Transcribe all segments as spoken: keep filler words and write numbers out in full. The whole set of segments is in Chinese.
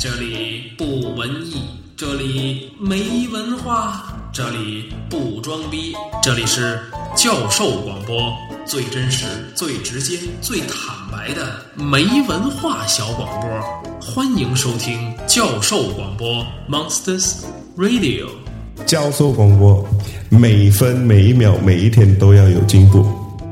这里不文艺，这里没文化，这里不装逼，这里是教授广播，最真实、最直接、最坦白的没文化小广播。欢迎收听教授广播 Monsters Radio。 教授广播，每分每一秒每一天都要有进步。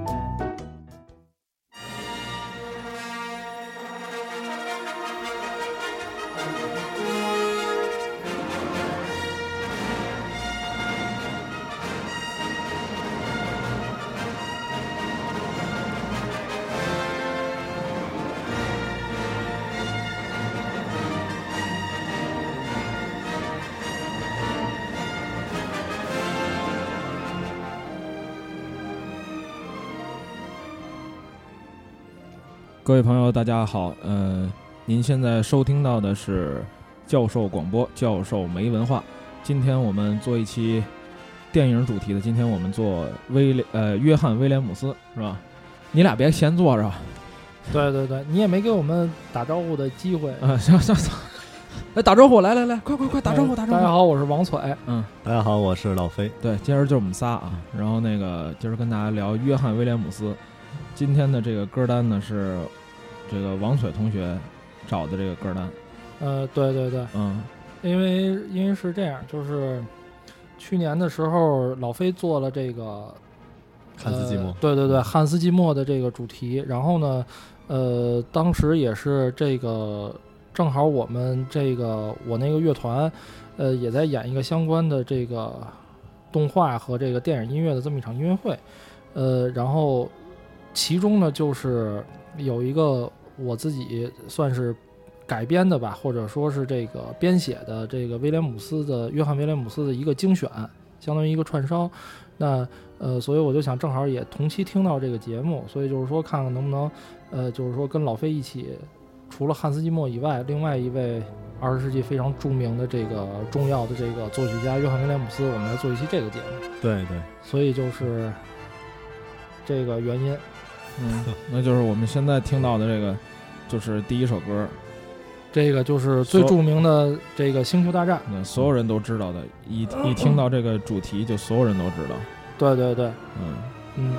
各位朋友大家好，呃，您现在收听到的是教授广播，教授没文化。今天我们做一期电影主题的，今天我们做威廉呃约翰威廉姆斯，是吧？你俩别闲坐着。 对对对，你也没给我们打招呼的机会啊！行行行，来打招呼，来来来，快快快打招呼打招呼！ 大家好，我是王彩。 嗯， 大家好，我是老飞。 对，今儿就是我们仨啊。然后那个今儿跟大家聊约翰威廉姆斯。今天的这个歌单呢是这个王璀同学找的这个歌单。 呃，对对对， 嗯， 因为因为是这样，就是去年的时候老飞做了这个汉斯季默、 呃，对对对，汉斯季默的这个主题。然后呢，呃，当时也是这个正好我们这个我那个乐团，呃，也在演一个相关的这个动画和这个电影音乐的这么一场音乐会，呃，然后其中呢就是有一个我自己算是改编的吧，或者说是这个编写的这个威廉姆斯的约翰威廉姆斯的一个精选，相当于一个串烧。那呃，所以我就想正好也同期听到这个节目，所以就是说看看能不能呃，就是说跟老飞一起，除了汉斯季默以外，另外一位二十世纪非常著名的这个重要的这个作曲家约翰威廉姆斯，我们来做一期这个节目。 对对， 所以就是这个原因。 嗯，那就是我们现在听到的这个，就是第一首歌， 这个就是最著名的这个《星球大战》， 嗯，所有人都知道的，一一听到这个主题，就所有人都知道。 对对对， 嗯嗯。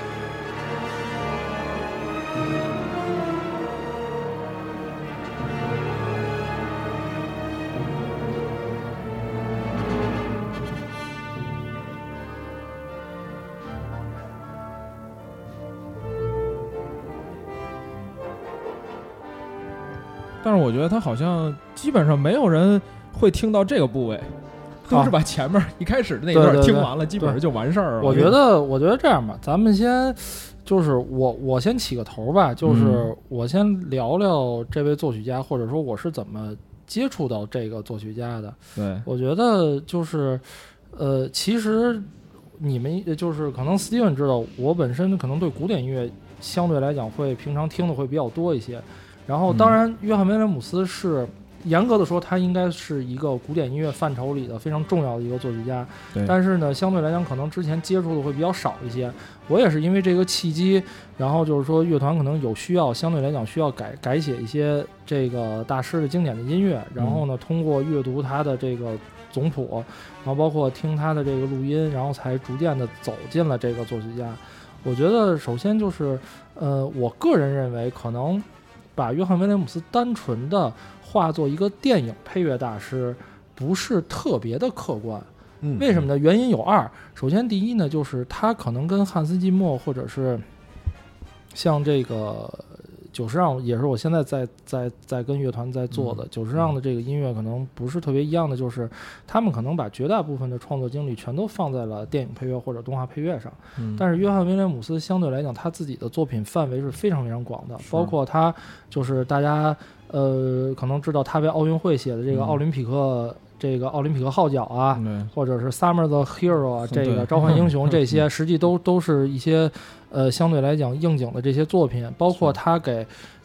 但是我觉得他好像基本上没有人会听到这个部位，都是把前面一开始的那一段听完了，基本上就完事儿了。 我觉得，我觉得这样吧，咱们先就是我我先起个头吧，就是我先聊聊这位作曲家，或者说我是怎么接触到这个作曲家的。 对， 我觉得就是呃，其实你们就是可能 Steven 知道，我本身可能对古典音乐相对来讲会平常听的会比较多一些。然后当然约翰威廉姆斯是严格的说他应该是一个古典音乐范畴里的非常重要的一个作曲家，但是呢相对来讲可能之前接触的会比较少一些。我也是因为这个契机，然后就是说乐团可能有需要，相对来讲需要改改写一些这个大师的经典的音乐，然后呢通过阅读他的这个总谱，然后包括听他的这个录音，然后才逐渐的走进了这个作曲家。我觉得首先就是呃我个人认为可能把约翰威廉姆斯单纯的化作一个电影配乐大师不是特别的客观。 嗯， 为什么呢？原因有二。首先第一呢，就是他可能跟汉斯季默或者是像这个久石让，也是我现在在在在跟乐团在做的、嗯、久石让的这个音乐可能不是特别一样的，就是他们可能把绝大部分的创作精力全都放在了电影配乐或者动画配乐上、嗯、但是约翰威廉姆斯相对来讲他自己的作品范围是非常非常广的，包括他就是大家呃可能知道他为奥运会写的这个奥林匹克、嗯这个奥林匹克号角啊、嗯、或者是 Summer the Hero 啊，这个召唤英雄，这些实际都都是一些呃相对来讲应景的这些作品，包括他给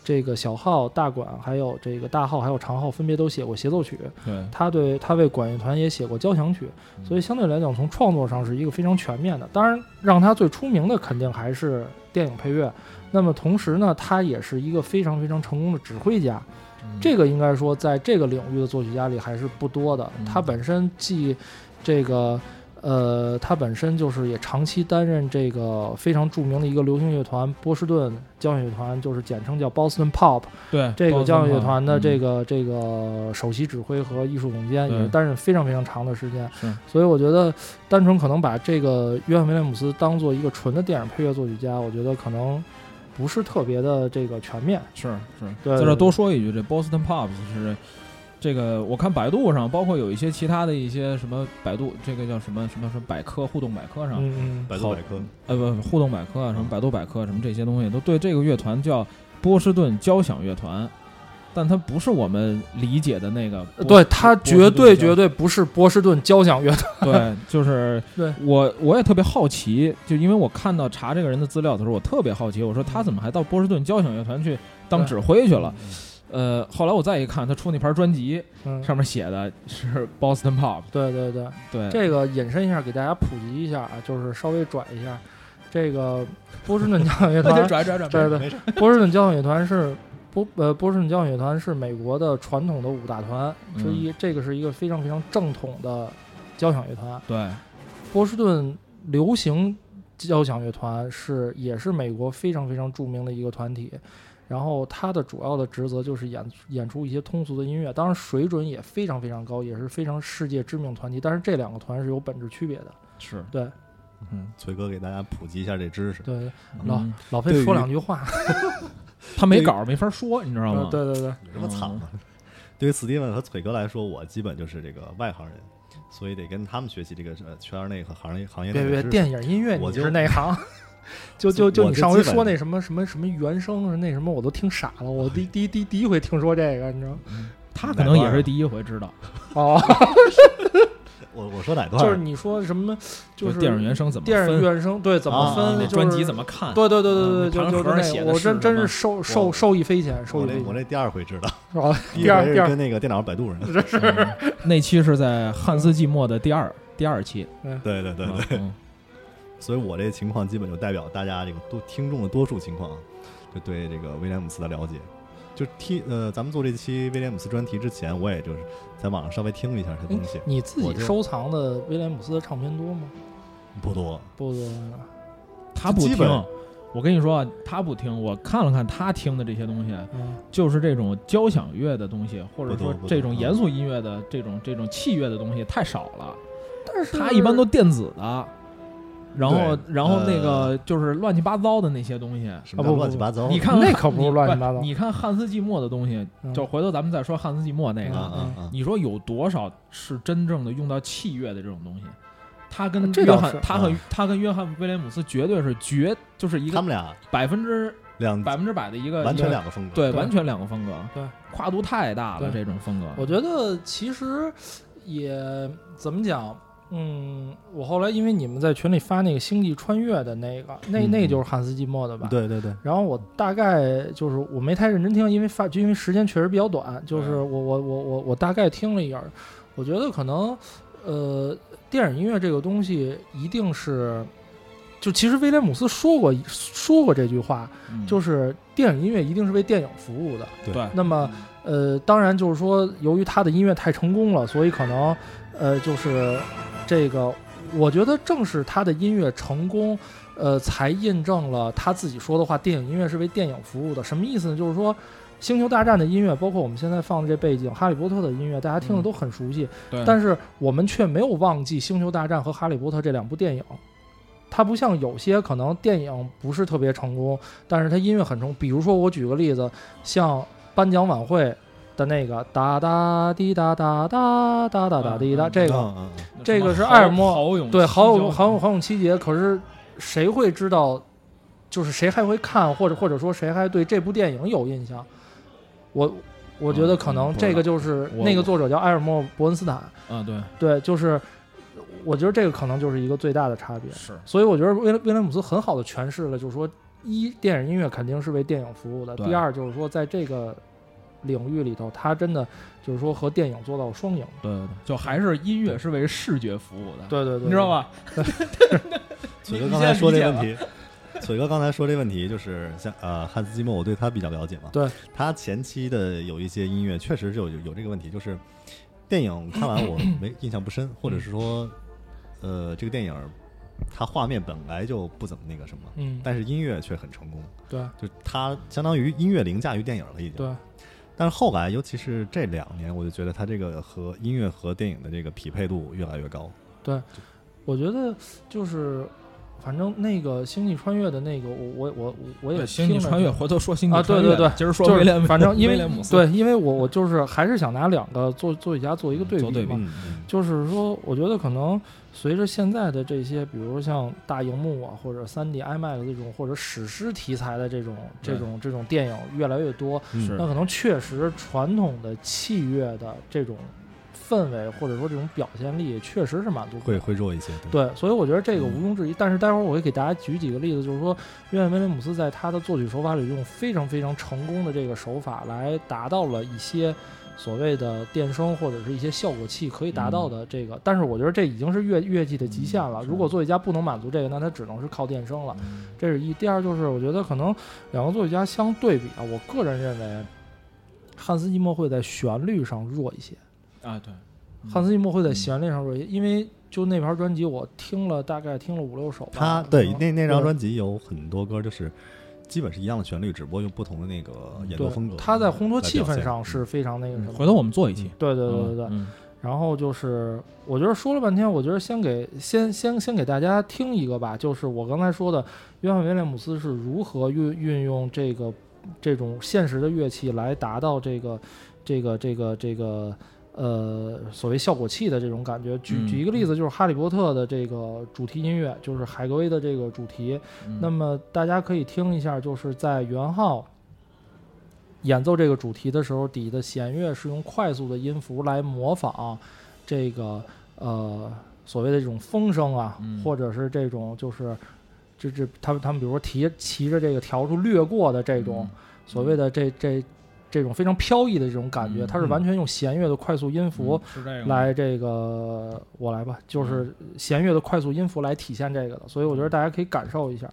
这个小号、大管，还有这个大号，还有长号，分别都写过协奏曲。 对， 他对他为管乐团也写过交响曲，所以相对来讲，从创作上是一个非常全面的。当然，让他最出名的肯定还是电影配乐。那么同时呢，他也是一个非常非常成功的指挥家。 嗯、 这个应该说，在这个领域的作曲家里还是不多的。 嗯、 他本身既这个。呃，他本身就是也长期担任这个非常著名的一个流行乐团波士顿交响乐团，就是简称叫 Boston Pop。 对， 这个交响乐团的这个、 嗯、这个首席指挥和艺术总监，也是担任非常非常长的时间。所以我觉得，单纯可能把这个约翰威廉姆斯当做一个纯的电影配乐作曲家，我觉得可能不是特别的这个全面。 是是， 对， 在这多说一句，这 Boston Pop 是。这个我看百度上，包括有一些其他的一些什么百度，这个叫什么什么什么百科互动百科上， 嗯嗯， 百度百科， 呃不互动百科啊，什么百度百科什么这些东西，都对这个乐团叫波士顿交响乐团，但它不是我们理解的那个， 对，它绝对绝对不是波士顿交响乐团， 对，就是对我我也特别好奇，就因为我看到查这个人的资料的时候，我特别好奇，我说他怎么还到波士顿交响乐团去当指挥去了？呃，后来我再一看，他出那盘专辑， 嗯、 上面写的是 Boston Pop。 对对对对， 这个引申一下，给大家普及一下啊，就是稍微转一下，这个波士顿交响乐团， 转转转， 对对，波士顿交响乐团是波呃波士顿交响乐团是美国的传统的五大团之一，嗯、这个是一个非常非常正统的交响乐团。 对， 波士顿流行交响乐团是也是美国非常非常著名的一个团体。然后它的主要的职责就是演演出一些通俗的音乐，当然水准也非常非常高，也是非常世界知名团体。但是这两个团是有本质区别的。 是对， 嗯，崔哥给大家普及一下这知识。 对，老、嗯、老费说两句话， 他没稿没法说，你知道吗？ 对对对， 有这么惨吗？嗯、对于斯蒂文和崔哥来说，我基本就是这个外行人，所以得跟他们学习这个圈内和行业行业内的知识。 别别，电影音乐你是内行。就就就你上回说那什么什么什么原声是那什么，我都听傻了。我第第第第一回听说这个，你知道？ 他可能也是第一回知道。 哦， 我我说哪段？ 就是你说什么？就是电影原声怎么分？电影原声对怎么分？ 那专辑怎么看？ 对对对对对，就就那我真真是受受受益匪浅，受益匪浅。 我这第二回知道。 哦，第二第二跟那个电脑百度上。 这是那期是在汉斯季默的第二第二期。 对对对对。所以我这情况基本就代表大家这个多听众的多数情况，就对这个威廉姆斯的了解。就听呃，咱们做这期威廉姆斯专题之前，我也就是在网上稍微听了一下他东西。 你自己收藏的威廉姆斯的唱片多吗？ 不多， 不多。 他不听，我跟你说，他不听。我看了看他听的这些东西， 嗯、就是这种交响乐的东西，或者说这种严肃音乐的这种这种器乐的东西太少了。 但是他一般都电子的。然后，然后那个就是乱七八糟的那些东西， 什么乱七八糟？ 你看那可不是乱七八糟。 你看汉斯季默的东西，就回头咱们再说汉斯季默那个。 嗯嗯、 你说有多少是真正的用到器乐的这种东西？他跟约翰，他和他跟约翰威廉姆斯绝对是绝，就是一个他们俩百分之两百分之百的一个完全两个风格， 对，完全两个风格， 对， 跨度太大了。这种风格， 我觉得其实也怎么讲。嗯，我后来因为你们在群里发那个星际穿越的那个，那那个就是汉斯季默的吧？ 对对对。 然后我大概就是我没太认真听，因为发就因为时间确实比较短，就是我我我我我大概听了一耳，我觉得可能呃电影音乐这个东西一定是，就其实威廉姆斯说过说过这句话， 嗯、 就是电影音乐一定是为电影服务的。 对。 那么呃，当然就是说，由于他的音乐太成功了，所以可能呃就是。这个，我觉得正是他的音乐成功，呃，才印证了他自己说的话：电影音乐是为电影服务的。什么意思呢？就是说，《星球大战》的音乐，包括我们现在放的这背景，《哈利波特》的音乐，大家听的都很熟悉。 嗯、 但是我们却没有忘记《星球大战》和《哈利波特》这两部电影。它不像有些可能电影不是特别成功，但是它音乐很成功。比如说，我举个例子，像颁奖晚会。的那个哒哒滴哒哒哒哒哒哒滴哒，这个、 嗯嗯嗯、 这个是艾尔默对豪勇豪勇豪勇七杰，可是谁会知道？就是谁还会看，或者或者说谁还对这部电影有印象？我我觉得可能这个就是那个作者叫埃尔默伯恩斯坦啊，对对，就是我觉得这个可能就是一个最大的差别。 是， 所以我觉得威威廉姆斯很好的诠释了，就是说一电影音乐肯定是为电影服务的，第二就是说在这个领域里头，它真的就是说和电影做到双赢。 对对对，就还是音乐是为视觉服务的。 对对对， 你知道吧？ 嘴哥刚才说这问题，嘴哥刚才说这问题就是像呃汉斯季默，我对他比较了解嘛。 对， 他前期的有一些音乐确实就有有这个问题，就是电影看完我没印象不深，或者是说呃这个电影它画面本来就不怎么那个什么， 嗯， 但是音乐却很成功。 对， 就它相当于音乐凌驾于电影了已经。 对。 但是后来，尤其是这两年，我就觉得它这个和音乐和电影的这个匹配度越来越高。 对，我觉得就是，反正那个《星际穿越》的那个，我我我我也星际穿越，回头说星际啊， 穿越，对对对， 今儿说威廉， 反正因为对， 因为我我就是还是想拿两个做做一下做一个对比嘛， 对比嗯嗯、 就是说，我觉得可能随着现在的这些，比如像大荧幕啊，或者 三 D IMAX 这种，或者史诗题材的这种这种这种电影越来越多， 是那可能确实传统的器乐的这种氛围或者说这种表现力确实是满足会会弱一些， 对，所以我觉得这个毋庸置疑。嗯、但是待会儿我会给大家举几个例子，就是说约翰威廉姆斯在他的作曲手法里用非常非常成功的这个手法来达到了一些所谓的电声或者是一些效果器可以达到的这个，嗯、但是我觉得这已经是乐乐器的极限了。嗯、如果作曲家不能满足这个，那他只能是靠电声了。嗯、这是一。第二就是我觉得可能两个作曲家相对比啊，我个人认为汉斯季默会在旋律上弱一些啊，对。 汉斯季默会在旋律上弱一些，因为就那盘专辑我听了大概听了五六首吧。 他对那那张专辑有很多歌就是基本是一样的旋律，只不过用不同的那个演奏风格。 他在烘托气氛上是非常那个什么。 回头我们做一期。 对对对对对。 嗯、 然后就是我觉得说了半天，我觉得先给先先先给大家听一个吧，就是我刚才说的约翰威廉姆斯是如何运运用这个这种现实的乐器来达到这个这个这个这个。呃，所谓效果器的这种感觉，举举一个例子，就是《哈利波特》的这个主题音乐，就是海格威的这个主题。嗯、那么大家可以听一下，就是在元昊演奏这个主题的时候，底的弦乐是用快速的音符来模仿这个呃所谓的这种风声啊， 嗯、 或者是这种就是这这他们他们比如说提骑着这个笤帚掠过的这种、嗯、所谓的这这。这种非常飘逸的这种感觉， 嗯、 它是完全用弦乐的快速音符来这个， 嗯这个我来吧，就是弦乐的快速音符来体现这个的，所以我觉得大家可以感受一下。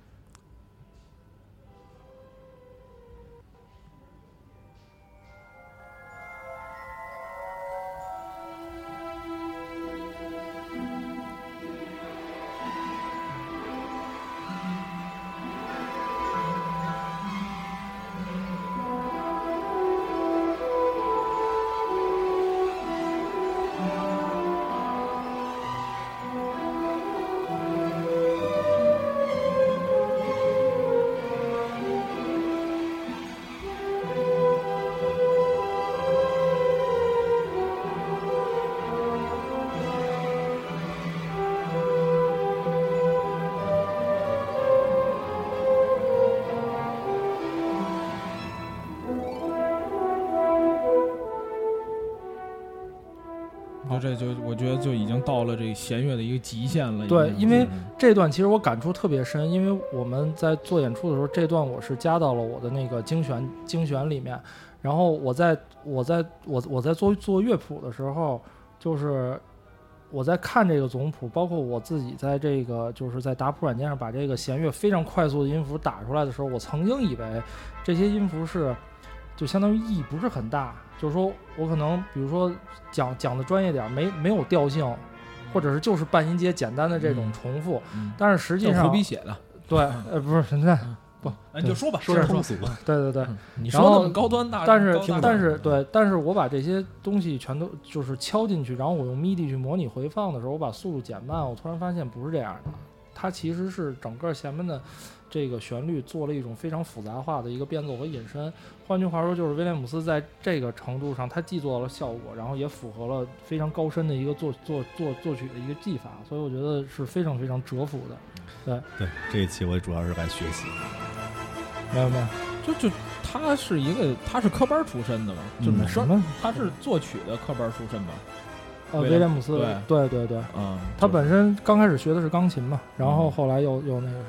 就这就我觉得就已经到了这个弦乐的一个极限了。 对，因为这段其实我感触特别深，因为我们在做演出的时候，这段我是加到了我的那个精选精选里面。然后我在我在我我在做做乐谱的时候，就是我在看这个总谱，包括我自己在这个就是在打谱软件上把这个弦乐非常快速的音符打出来的时候，我曾经以为这些音符是就相当于意义不是很大。就是说我可能比如说讲讲的专业点，没没有调性，或者是就是半音阶简单的这种重复， 嗯、 但是实际上胡逼写的， 对，呃，不是现在不， 你就说吧， 说通俗， 对对对， 嗯、你说那么高端大， 但是大但是对，但是我把这些东西全都就是敲进去，然后我用 M I D I 去模拟回放的时候，我把速度减慢，我突然发现不是这样的，它其实是整个前面的这个旋律做了一种非常复杂化的一个变奏和引申。换句话说，就是威廉姆斯在这个程度上，他既做到了效果，然后也符合了非常高深的一个作作作作曲的一个技法，所以我觉得是非常非常折服的。对对，这一期我也主要是来学习。 没有没有， 就就他是一个他是科班出身的嘛，就嗯、 什么他是作曲的科班出身嘛。 呃，威廉姆斯， 对对对对， 嗯， 他本身刚开始学的是钢琴嘛，然后后来又、嗯、又那个什么。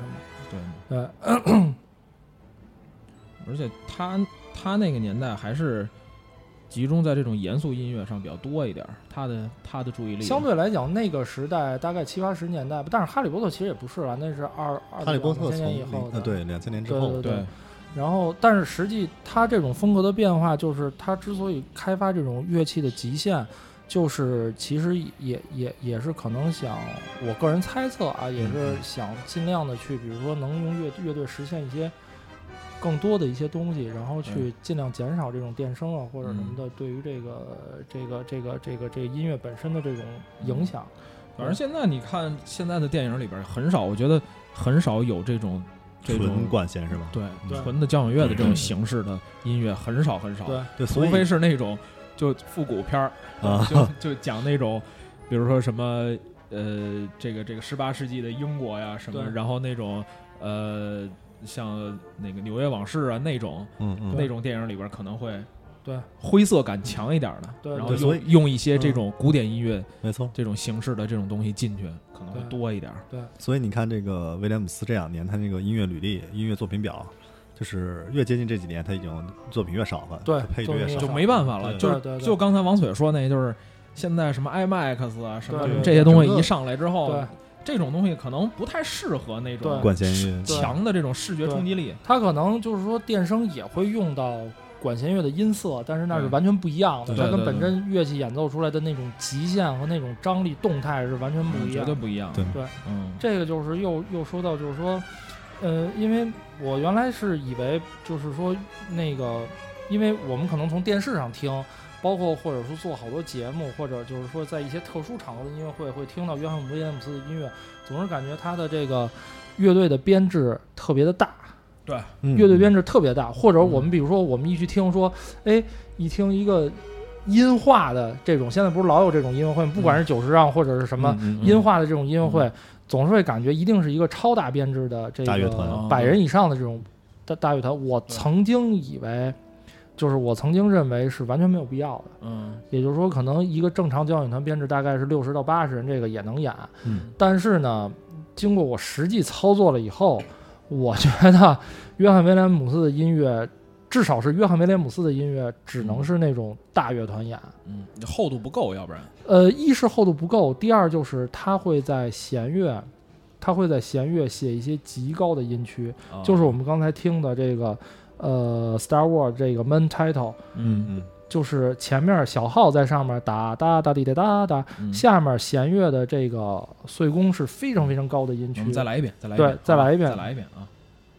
对， 呃， 而且他他那个年代还是集中在这种严肃音乐上比较多一点，他的他的注意力相对来讲，那个时代大概七八十年代，但是哈利波特其实也不是啊，那是二二哈利波特两千年以从后的， 呃对两千年之后， 对对对。然后，但是实际他这种风格的变化，就是他之所以开发这种乐器的极限，就是其实也也也是可能想，我个人猜测啊，也是想尽量的去，比如说能用乐乐队实现一些更多的一些东西，然后去尽量减少这种电声啊或者什么的对于这个这个这个这个这个音乐本身的这种影响。 反正现在你看现在的电影里边很少，我觉得很少有这种。这种纯管弦是吧？ 对，纯的交响乐的这种形式的音乐很少很少， 对对， 除非是那种就复古片儿啊， 就就讲那种，比如说什么呃，这个这个十八世纪的英国呀什么，然后那种呃，像那个《纽约往事》啊那种， 嗯嗯， 那种电影里边可能会。 对， 灰色感强一点的， 对， 然后用用一些这种古典音乐， 嗯、没错， 这种形式的这种东西进去，可能会多一点。 对， 所以你看这个威廉姆斯这两年他那个音乐履历、音乐作品表，就是越接近这几年，他已经作品越少了， 对， 配置越少， 就没办法了。就是对对对就刚才王嘴说那，就是现在什么 IMAX 啊，什么这些东西一上来之后。 对， 这种东西可能不太适合那种管弦乐强的这种视觉冲击力， 它可能就是说电声也会用到管弦乐的音色，但是那是完全不一样的，它跟本身乐器演奏出来的那种极限和那种张力动态是完全不一样， 绝对不一样。 对对， 嗯， 这个就是又又说到就是说，呃，因为我原来是以为就是说那个，因为我们可能从电视上听。包括或者说做好多节目，或者就是说在一些特殊场合的音乐会会听到约翰威廉姆斯的音乐，总是感觉他的这个乐队的编制特别的大， 对， 乐队编制特别大。或者我们比如说我们一去听说，哎，一听一个音化的这种，现在不是老有这种音乐会，不管是九十让或者是什么音化的这种音乐会，总是会感觉一定是一个超大编制的这个百人以上的这种大大乐团。我曾经以为。就是我曾经认为是完全没有必要的， 嗯， 也就是说，可能一个正常交响乐团编制大概是六十到八十人，这个也能演， 嗯， 但是呢，经过我实际操作了以后，我觉得约翰威廉姆斯的音乐，至少是约翰威廉姆斯的音乐，只能是那种大乐团演， 嗯，厚度不够，要不然， 呃，一是厚度不够，第二就是他会在弦乐，他会在弦乐写一些极高的音区， 哦、 就是我们刚才听的这个。呃 ，Star Wars 这个 Main Title， 嗯嗯， 就是前面小号在上面哒哒哒滴哒哒哒， 嗯、 下面弦乐的这个碎弓是非常非常高的音区。 我们再来一遍，再来一遍， 对，再来一遍， 再来一遍啊！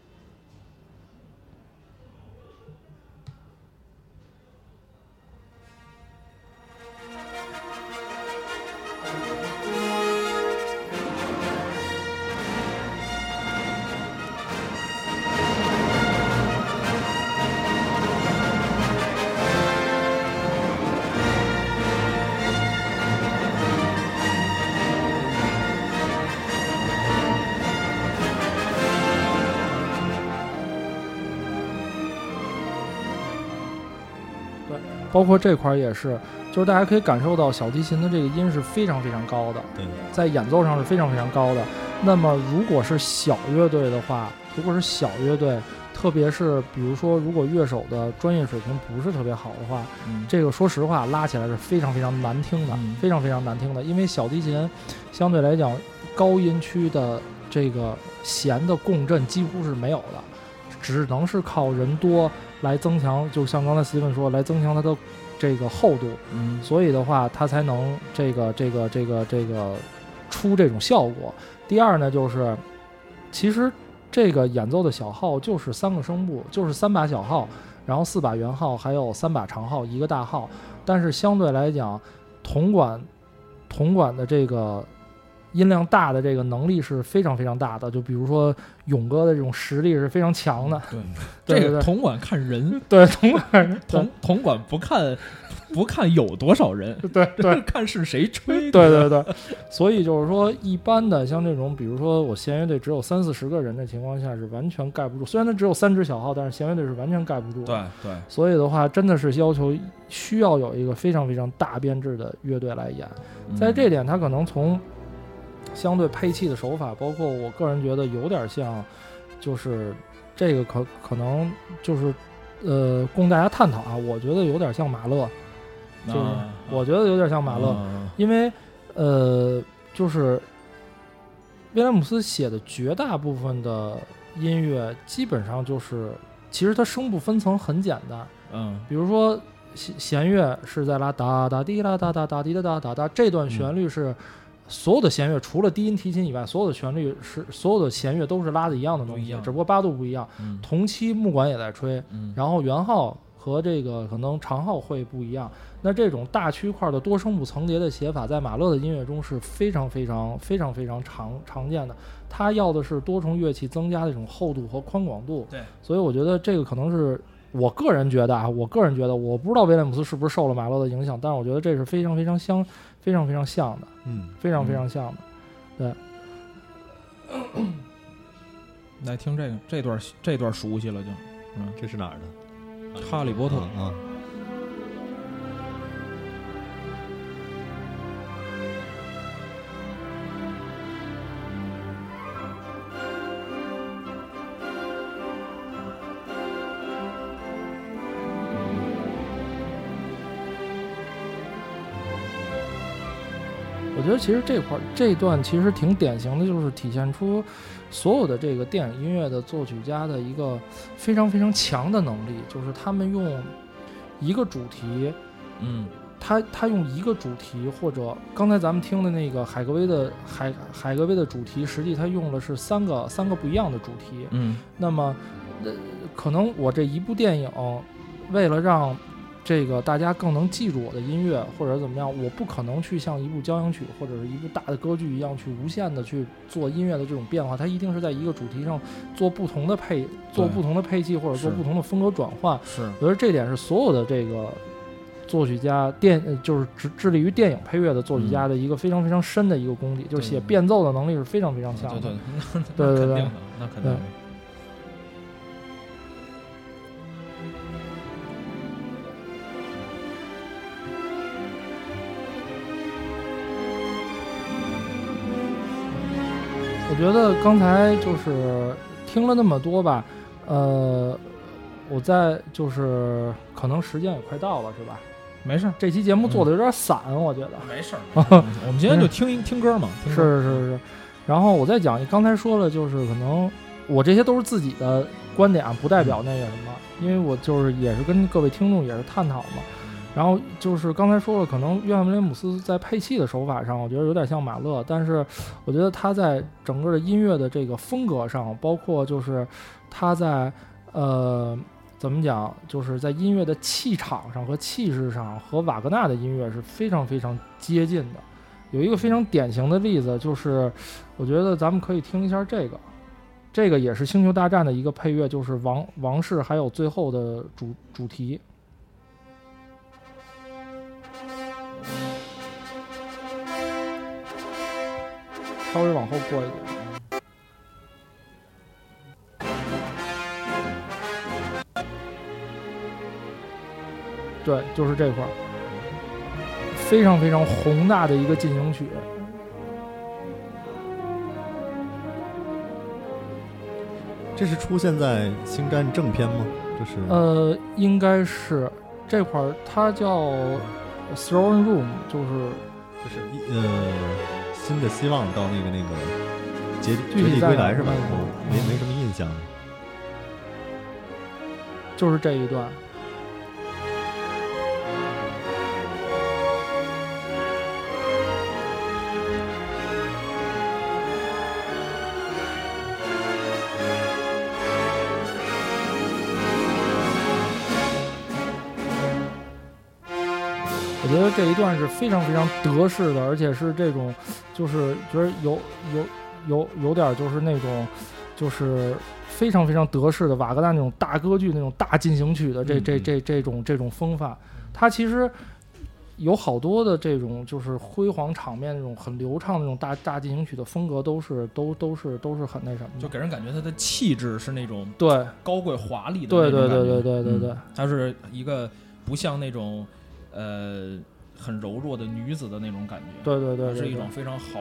包括这块也是，就是大家可以感受到小提琴的这个音是非常非常高的， 对， 在演奏上是非常非常高的。那么如果是小乐队的话，如果是小乐队，特别是比如说如果乐手的专业水平不是特别好的话， 嗯、 这个说实话拉起来是非常非常难听的， 嗯、 非常非常难听的。因为小提琴相对来讲高音区的这个弦的共振几乎是没有的，只能是靠人多来增强，就像刚才斯蒂芬说，来增强它的这个厚度， 嗯， 所以的话，它才能这个这个这个这个出这种效果。第二呢，就是其实这个演奏的小号就是三个声部，就是三把小号，然后四把圆号，还有三把长号，一个大号。但是相对来讲，铜管铜管的这个音量大的这个能力是非常非常大的，就比如说勇哥的这种实力是非常强的。 对， 对这个铜管看人， 对，铜管铜铜管不看不看有多少人， 对对， 看是谁吹。 对对对，所以就是说，一般的像这种，比如说我弦乐队只有三四十个人的情况下，是完全盖不住。虽然它只有三支小号，但是弦乐队是完全盖不住。 对对， 所以的话，真的是要求需要有一个非常非常大编制的乐队来演。在这点，它可能从相对配器的手法，包括我个人觉得有点像就是这个可可能就是呃供大家探讨啊。我觉得有点像马勒，就是我觉得有点像马勒， 啊、 因为呃就是威廉姆斯写的绝大部分的音乐基本上就是其实它声部分层很简单， 嗯， 比如说弦弦乐是在拉哒哒滴啦哒哒哒滴哒哒哒哒，这段旋律是所有的弦乐除了低音提琴以外，所有的旋律是所有的弦乐都是拉的一样的东西，只不过八度不一样。 嗯、 同期木管也在吹， 嗯、 然后圆号和这个可能长号会不一样。那这种大区块的多声部层叠的写法，在马勒的音乐中是非常非常非常非常常常见的。他要的是多重乐器增加的这种厚度和宽广度。 对， 所以我觉得这个可能是我个人觉得啊，我个人觉得，我不知道威廉姆斯是不是受了马勒的影响，但是我觉得这是非常非常相非常非常像的， 嗯， 非常非常像的。对， 来听这个这段这段熟悉了就，嗯， 这是哪儿的？ 哈利波特啊。啊我觉得其实这块这段其实挺典型的，就是体现出所有的这个电影音乐的作曲家的一个非常非常强的能力，就是他们用一个主题， 嗯， 他他用一个主题，或者刚才咱们听的那个海格威的海海格威的主题，实际他用的是三个三个不一样的主题， 嗯， 那么呃，可能我这一部电影为了让这个大家更能记住我的音乐或者怎么样，我不可能去像一部交响曲或者是一部大的歌剧一样去无限的去做音乐的这种变化，它一定是在一个主题上做不同的配做不同的配器或者做不同的风格转换。 是， 我觉得这点是所有的这个作曲家电就是致致力于电影配乐的作曲家的一个非常非常深的一个功底，嗯、就是写变奏的能力是非常非常强的。 对对对对对， 那肯定的。 我觉得刚才就是听了那么多吧，呃，我在就是可能时间也快到了，是吧？ 没事， 这期节目做的有点散，嗯、我觉得。 没事，我们今天就听听歌嘛。听歌是是是，然后我再讲，刚才说了，就是可能我这些都是自己的观点，不代表那个什么，因为我就是也是跟各位听众也是探讨嘛。然后就是刚才说了，可能约翰威廉姆斯在配器的手法上，我觉得有点像马勒，但是我觉得他在整个的音乐的这个风格上，包括就是他在呃怎么讲，就是在音乐的气场上和气势上，和瓦格纳的音乐是非常非常接近的。有一个非常典型的例子，就是我觉得咱们可以听一下这个，这个也是《星球大战》的一个配乐，就是王王室还有最后的主主题。稍微往后过一点，对，就是这块儿，非常非常宏大的一个进行曲。 这是出现在《星战》正片吗？就是呃，应该是这块儿，它叫 Throne Room， 就是就是呃。新的希望到那个那个绝绝地归来是吧？没没什么印象。 就是这一段。我觉得这一段是非常非常德式的，而且是这种，就是觉得有有有有点就是那种，就是非常非常德式的瓦格纳那种大歌剧那种大进行曲的这这这这种这种风范。它其实有好多的这种就是辉煌场面那种很流畅的那种大大进行曲的风格，都是都都是都是很那什么的， 就给人感觉它的气质是那种对高贵华丽的对那种感觉。 对对对对对对， 嗯、它是一个不像那种。呃，很柔弱的女子的那种感觉， 对对 对, 对, 对， 是一种非常好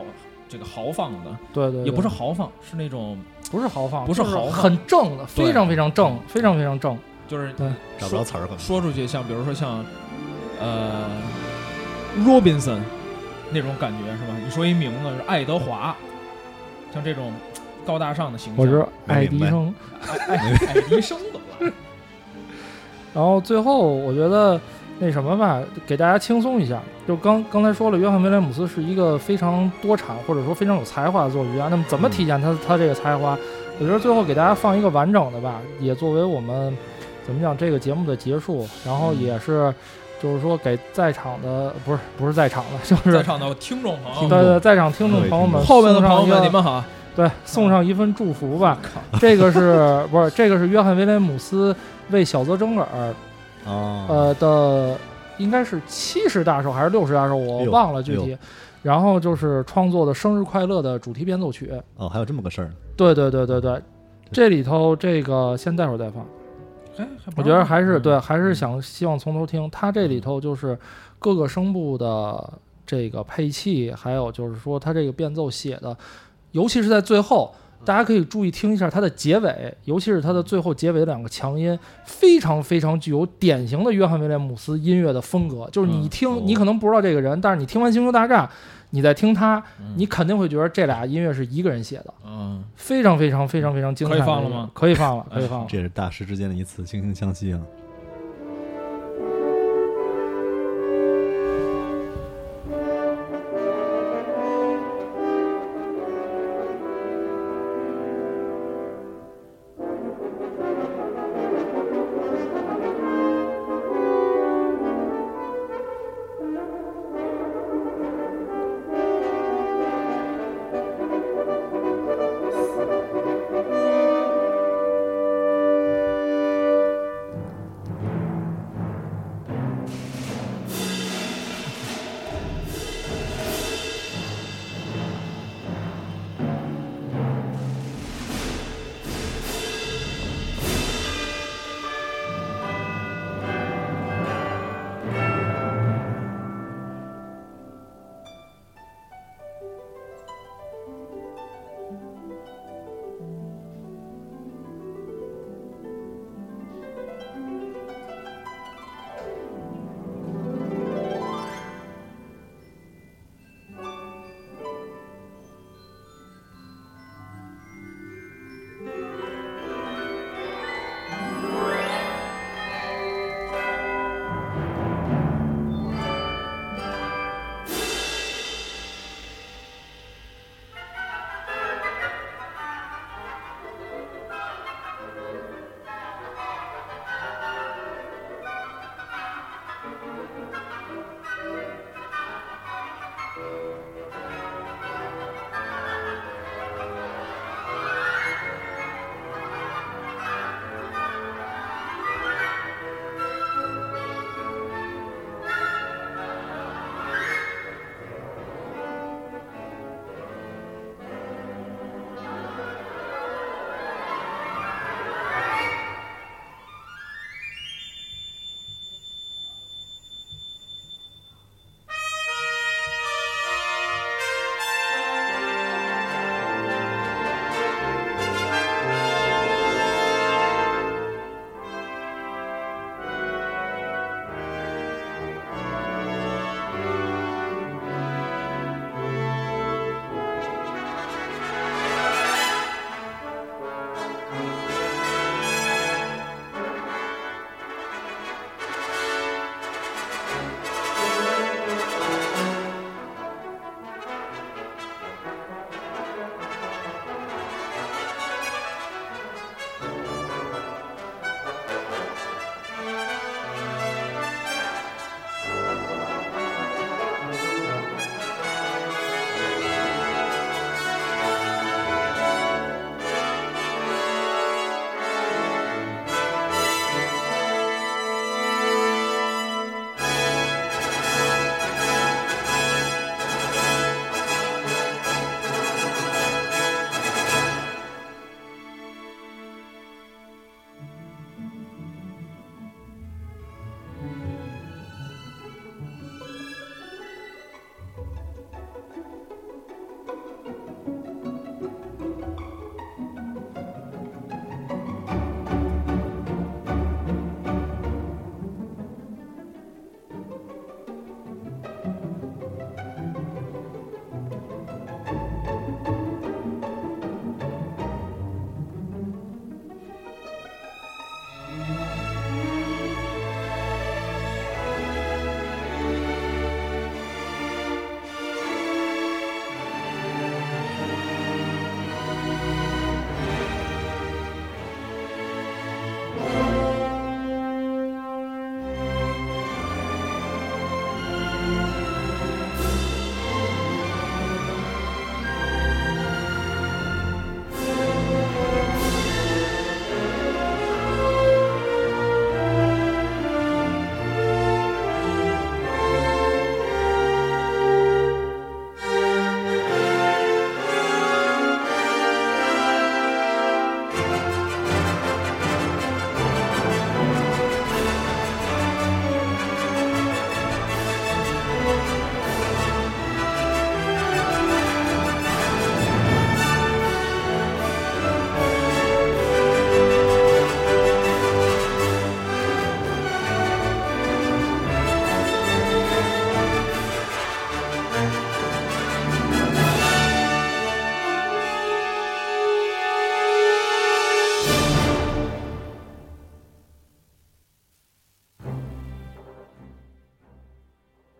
这个豪放的， 对对对， 也不是豪放，是那种不是豪放， 不是豪放， 很正的，非常非常正，非常非常正， 就是找不着词儿， 说出去像比如说像呃 Robinson 那种感觉是吧？你说一名字是爱德华，像这种高大上的形象， 我是爱迪生， 爱爱爱迪生怎么了？ 然后最后我觉得那什么吧，给大家轻松一下，就刚刚才说了，约翰威廉姆斯是一个非常多产或者说非常有才华的作曲家。那么怎么体现他、嗯、他这个才华？我觉得最后给大家放一个完整的吧，也作为我们怎么讲这个节目的结束，然后也是就是说给在场的不是不是在场的，就是在场的听众朋友， 对对，在场听众朋友们， 后面的朋友们，你们好。 对，送上一份祝福吧。这个是不是这个是约翰威廉姆斯为小泽征尔啊呃的应该是七十大寿还是六十大寿，我忘了具体。然后就是创作的《生日快乐》的主题变奏曲。 哦，还有这么个事儿。 对对对对对，这里头这个先待会儿再放。我觉得还是对，还是想希望从头听。它这里头就是各个声部的这个配器，还有就是说它这个变奏写的。尤其是在最后，大家可以注意听一下它的结尾，尤其是它的最后结尾的两个强音，非常非常具有典型的约翰威廉姆斯音乐的风格。就是你听，嗯、你可能不知道这个人，但是你听完《星球大战》，你再听他，嗯、你肯定会觉得这俩音乐是一个人写的。嗯，非常非常非常非常精彩。 可以放了吗？ 可以放了，可以放了。 这也是大师之间的一次惺惺相惜啊。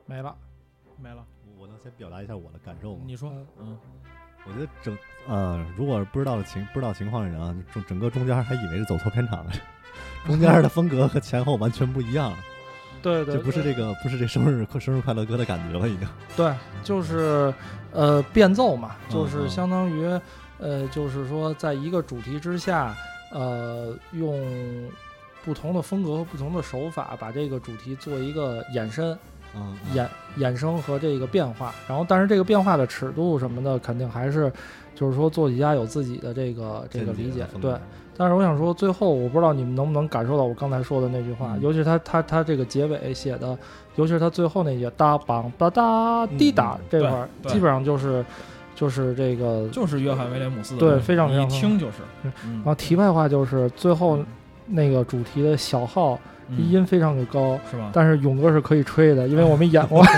没了。 没了。 我能先表达一下我的感受吗？ 你说，嗯， 我觉得整呃，如果不知道的情不知道情况的人啊，整整个中间还以为是走错片场了，中间的风格和前后完全不一样。 对对， 就不是这个不是这生日生日快乐歌的感觉了，已经。 对，就是呃变奏嘛， 嗯就是相当于呃就是说在一个主题之下，呃用不同的风格和不同的手法把这个主题做一个延伸。 嗯， 衍衍生和这个变化，然后但是这个变化的尺度什么的，肯定还是就是说作曲家有自己的这个这个理解，对。但是我想说，最后我不知道你们能不能感受到我刚才说的那句话， 嗯、 尤其是他他他这个结尾写的，尤其是他最后那句哒梆哒哒滴答、嗯、这块儿，基本上就是就是这个就是约翰威廉姆斯的， 对，非常非常一听就是。 嗯、然后题外话就是最后那个主题的小号。音非常的高， 是吧？ 但是勇哥是可以吹的，因为我们演过。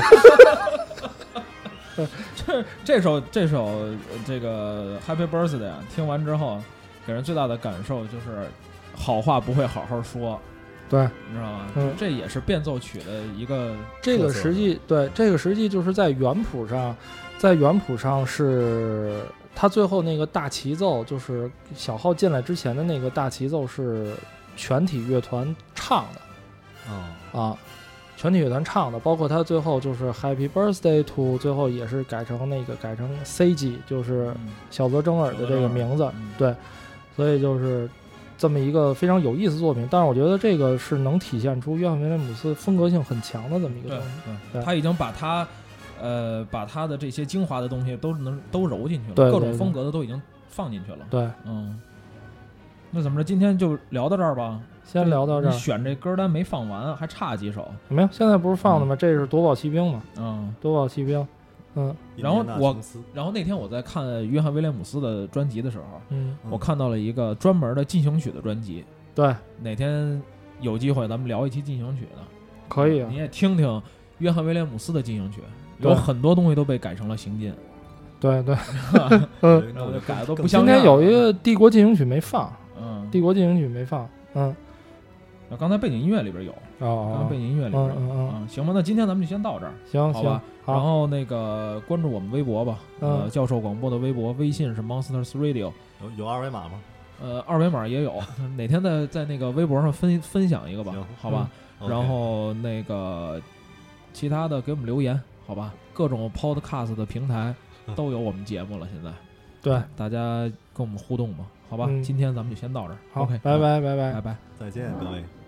这这首这首这个 Happy Birthday 啊，听完之后，给人最大的感受就是好话不会好好说， 对， 你知道吗？ 嗯， 这也是变奏曲的一个。 这个实际对这个实际就是在原谱上，在原谱上是他最后那个大齐奏，就是小号进来之前的那个大齐奏是。全体乐团唱的， 哦、 啊，全体乐团唱的，包括他最后就是 Happy Birthday to， 最后也是改成那个改成 C G， 就是小泽征尔的这个名字， 嗯、 对，所以就是这么一个非常有意思的作品。但是我觉得这个是能体现出约翰威廉姆斯风格性很强的这么一个东西。 对，对他已经把他呃把他的这些精华的东西都能都揉进去了， 对对对， 各种风格的都已经放进去了。 对， 嗯。那怎么着？今天就聊到这儿吧。 先聊到这儿。 你选这歌单没放完，还差几首？ 没有，现在不是放的吗？嗯、这是夺宝奇兵嘛？ 嗯， 夺宝奇兵。嗯。 然后我，然后那天我在看约翰威廉姆斯的专辑的时候， 嗯， 我看到了一个专门的进行曲的专辑。 对， 哪天有机会咱们聊一期进行曲的， 可以啊。 你也听听约翰威廉姆斯的进行曲，有很多东西都被改成了行进。 对对，嗯， 改的都不像样。 今天有一个帝国进行曲没放。 嗯， 帝国进行曲没放，嗯， 那刚才背景音乐里边有， 哦， 刚才背景音乐里边， 嗯嗯嗯，行吧，那今天咱们就先到这儿， 行， 好吧， 好， 然后那个关注我们微博吧，呃，教授广播的微博，微信是 Monsters Radio， 有有二维码吗？ 呃，二维码也有，哪天在在那个微博上分分享一个吧，好吧，然后那个其他的给我们留言，好吧，各种 Podcast 的平台都有我们节目了，现在。 对， 大家跟我们互动吧，好吧、嗯，今天咱们就先到这儿。 好， OK， 拜拜，拜拜， 拜拜， 再见，各位。